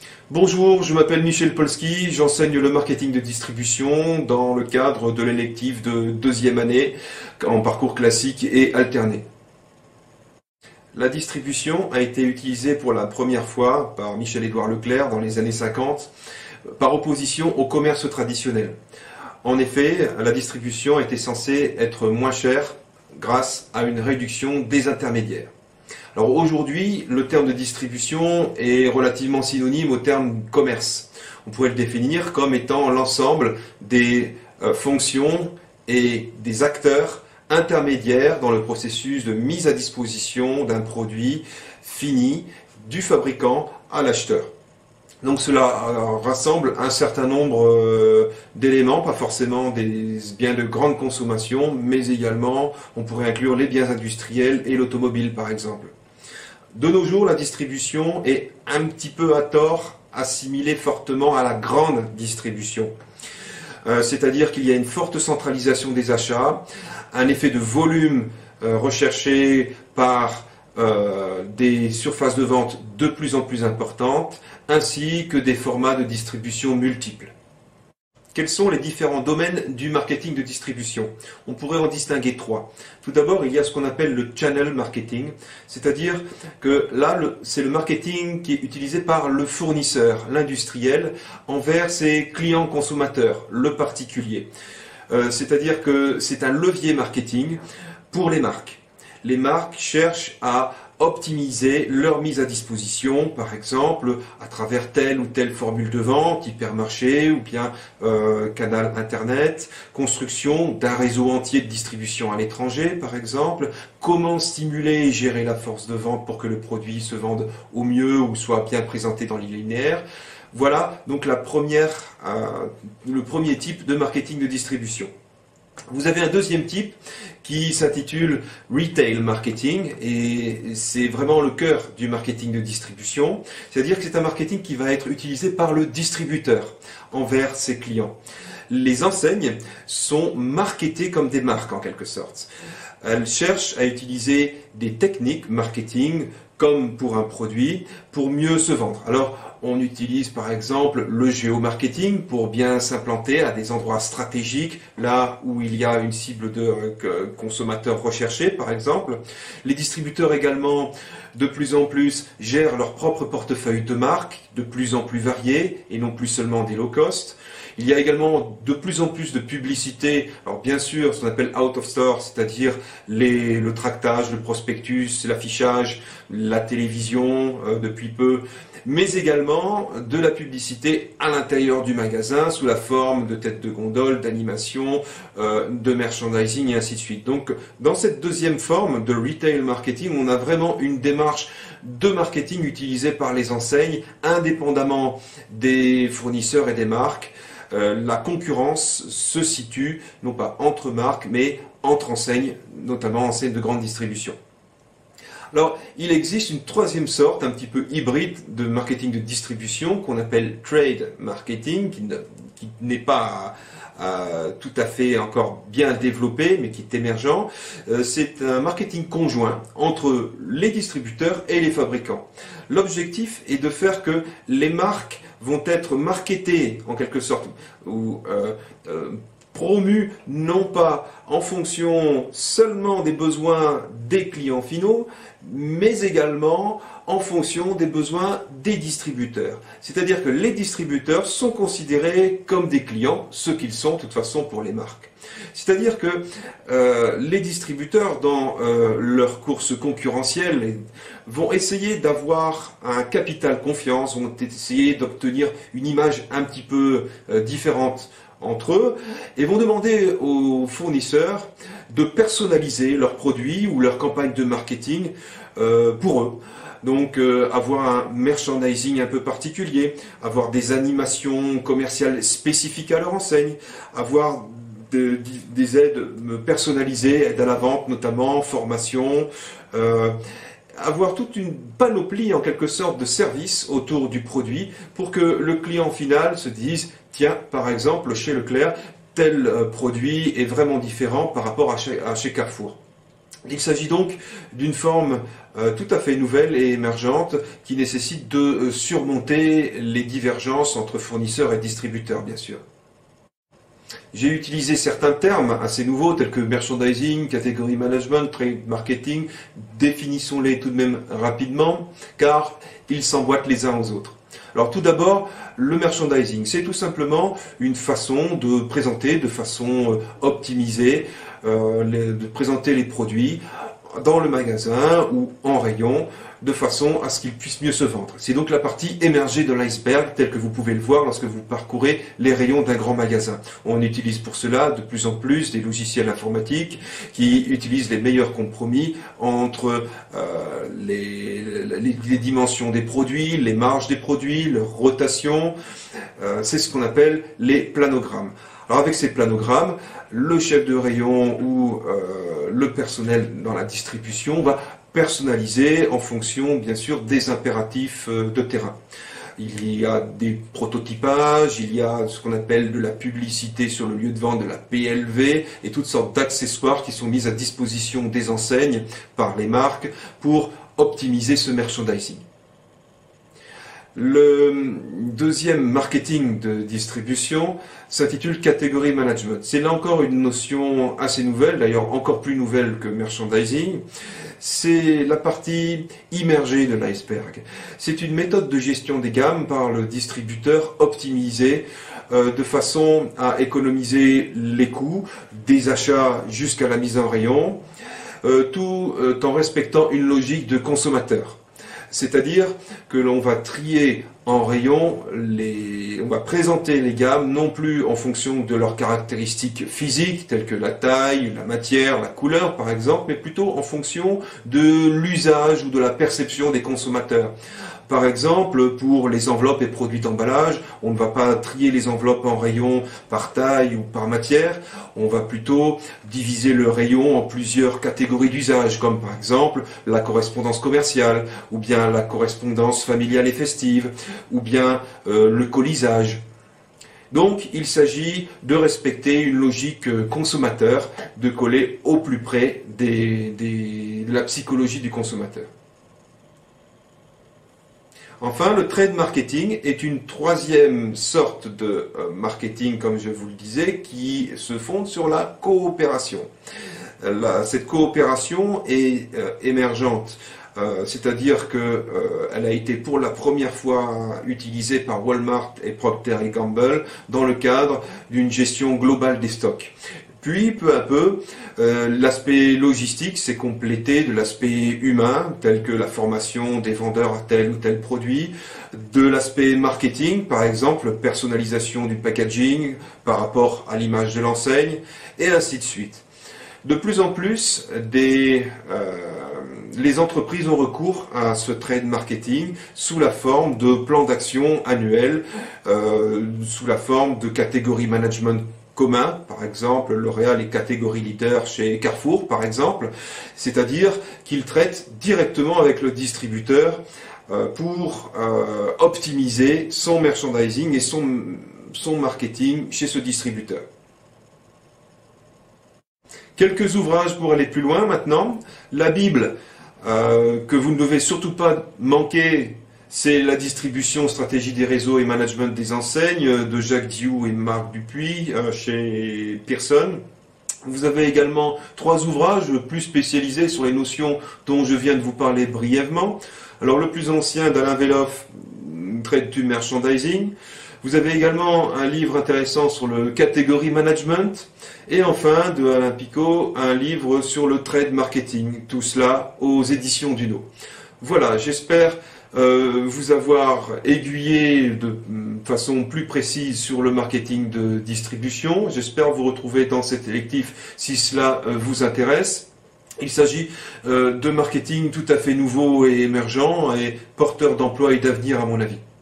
Bonjour, je m'appelle Michel Polski, j'enseigne le marketing de distribution dans le cadre de l'électif de deuxième année en parcours classique et alterné. La distribution a été utilisée pour la première fois par Michel-Édouard Leclerc dans les années 50 par opposition au commerce traditionnel. En effet, la distribution était censée être moins chère grâce à une réduction des intermédiaires. Alors aujourd'hui, le terme de distribution est relativement synonyme au terme commerce. On pourrait le définir comme étant l'ensemble des fonctions et des acteurs intermédiaires dans le processus de mise à disposition d'un produit fini du fabricant à l'acheteur. Donc cela rassemble un certain nombre d'éléments, pas forcément des biens de grande consommation, mais également on pourrait inclure les biens industriels et l'automobile par exemple. De nos jours, la distribution est un petit peu à tort assimilée fortement à la grande distribution. C'est-à-dire qu'il y a une forte centralisation des achats, un effet de volume recherché par des surfaces de vente de plus en plus importantes, ainsi que des formats de distribution multiples. Quels sont les différents domaines du marketing de distribution? On pourrait en distinguer trois. Tout d'abord, il y a ce qu'on appelle le channel marketing, c'est-à-dire que là, c'est le marketing qui est utilisé par le fournisseur, l'industriel, envers ses clients consommateurs, le particulier. C'est-à-dire que c'est un levier marketing pour les marques. Les marques cherchent à optimiser leur mise à disposition, par exemple, à travers telle ou telle formule de vente, hypermarché ou bien canal internet, construction d'un réseau entier de distribution à l'étranger, par exemple, comment stimuler et gérer la force de vente pour que le produit se vende au mieux ou soit bien présenté dans les linéaires. Voilà donc le premier type de marketing de distribution. Vous avez un deuxième type qui s'intitule Retail Marketing et c'est vraiment le cœur du marketing de distribution. C'est-à-dire que c'est un marketing qui va être utilisé par le distributeur envers ses clients. Les enseignes sont marketées comme des marques en quelque sorte. Elles cherchent à utiliser des techniques marketing comme pour un produit pour mieux se vendre. Alors, on utilise par exemple le géomarketing pour bien s'implanter à des endroits stratégiques, là où il y a une cible de consommateurs recherchés par exemple. Les distributeurs également, de plus en plus, gèrent leur propre portefeuille de marques, de plus en plus variés et non plus seulement des low cost. Il y a également de plus en plus de publicité, alors bien sûr ce qu'on appelle out of store, c'est-à-dire le tractage, le prospectus, l'affichage, la télévision depuis peu, mais également de la publicité à l'intérieur du magasin sous la forme de têtes de gondole, d'animation, de merchandising et ainsi de suite. Donc dans cette deuxième forme de retail marketing, on a vraiment une démarche de marketing utilisée par les enseignes indépendamment des fournisseurs et des marques. La concurrence se situe non pas entre marques mais entre enseignes, notamment enseignes de grande distribution. Alors, il existe une troisième sorte, un petit peu hybride de marketing de distribution qu'on appelle trade marketing, qui n'est pas tout à fait encore bien développé, mais qui est émergent. C'est un marketing conjoint entre les distributeurs et les fabricants. L'objectif est de faire que les marques vont être marketées en quelque sorte ou promues non pas en fonction seulement des besoins des clients finaux, mais également en fonction des besoins des distributeurs. C'est-à-dire que les distributeurs sont considérés comme des clients, ce qu'ils sont de toute façon pour les marques. C'est-à-dire que les distributeurs, dans leur course concurrentielle, vont essayer d'avoir un capital confiance, vont essayer d'obtenir une image un petit peu différente entre eux et vont demander aux fournisseurs de personnaliser leurs produits ou leur campagne de marketing pour eux. Donc avoir un merchandising un peu particulier, avoir des animations commerciales spécifiques à leur enseigne, avoir des aides personnalisées, aides à la vente notamment, formation, avoir toute une panoplie en quelque sorte de services autour du produit pour que le client final se dise tiens, par exemple, chez Leclerc, tel produit est vraiment différent par rapport à chez Carrefour. Il s'agit donc d'une forme tout à fait nouvelle et émergente qui nécessite de surmonter les divergences entre fournisseurs et distributeurs, bien sûr. J'ai utilisé certains termes assez nouveaux tels que merchandising, category management, trade marketing. Définissons-les tout de même rapidement car ils s'emboîtent les uns aux autres. Alors tout d'abord, le merchandising, c'est tout simplement une façon de présenter de façon optimisée, de présenter les produits dans le magasin ou en rayon de façon à ce qu'ils puissent mieux se vendre. C'est donc la partie émergée de l'iceberg telle que vous pouvez le voir lorsque vous parcourez les rayons d'un grand magasin. On utilise pour cela de plus en plus des logiciels informatiques qui utilisent les meilleurs compromis entre les dimensions des produits, les marges des produits, leur rotation. C'est ce qu'on appelle les planogrammes. Alors avec ces planogrammes, le chef de rayon ou le personnel dans la distribution va personnaliser en fonction bien sûr des impératifs de terrain. Il y a des prototypages, il y a ce qu'on appelle de la publicité sur le lieu de vente, de la PLV et toutes sortes d'accessoires qui sont mis à disposition des enseignes par les marques pour optimiser ce merchandising. Le deuxième marketing de distribution s'intitule Category Management. C'est là encore une notion assez nouvelle, d'ailleurs encore plus nouvelle que merchandising. C'est la partie immergée de l'iceberg. C'est une méthode de gestion des gammes par le distributeur optimisée de façon à économiser les coûts des achats jusqu'à la mise en rayon, tout en respectant une logique de consommateur. C'est-à-dire que l'on va trier en rayon, on va présenter les gammes non plus en fonction de leurs caractéristiques physiques, telles que la taille, la matière, la couleur par exemple, mais plutôt en fonction de l'usage ou de la perception des consommateurs. Par exemple, pour les enveloppes et produits d'emballage, on ne va pas trier les enveloppes en rayons par taille ou par matière, on va plutôt diviser le rayon en plusieurs catégories d'usage, comme par exemple la correspondance commerciale, ou bien la correspondance familiale et festive, ou bien le colisage. Donc, il s'agit de respecter une logique consommateur, de coller au plus près de la psychologie du consommateur. Enfin, le trade marketing est une troisième sorte de marketing, comme je vous le disais, qui se fonde sur la coopération. Cette coopération est émergente, c'est-à-dire qu'elle a été pour la première fois utilisée par Walmart et Procter & Gamble dans le cadre d'une gestion globale des stocks. Puis, peu à peu, l'aspect logistique s'est complété de l'aspect humain, tel que la formation des vendeurs à tel ou tel produit, de l'aspect marketing, par exemple, personnalisation du packaging par rapport à l'image de l'enseigne, et ainsi de suite. De plus en plus, les entreprises ont recours à ce trade marketing sous la forme de plans d'action annuels, sous la forme de catégories management commun, par exemple L'Oréal est catégorie leader chez Carrefour par exemple, c'est-à-dire qu'ils traitent directement avec le distributeur pour optimiser son merchandising et son marketing chez ce distributeur. Quelques ouvrages pour aller plus loin maintenant. La Bible, que vous ne devez surtout pas manquer, c'est La distribution, stratégie des réseaux et management des enseignes de Jacques Diou et Marc Dupuis chez Pearson. Vous avez également 3 ouvrages plus spécialisés sur les notions dont je viens de vous parler brièvement. Alors le plus ancien d'Alain Veloff traite du merchandising. Vous avez également un livre intéressant sur le category management. Et enfin, de Alain Picot, un livre sur le trade marketing. Tout cela aux éditions Duno. Voilà, j'espère vous avoir aiguillé de façon plus précise sur le marketing de distribution. J'espère vous retrouver dans cet électif si cela vous intéresse. Il s'agit de marketing tout à fait nouveau et émergent et porteur d'emploi et d'avenir à mon avis.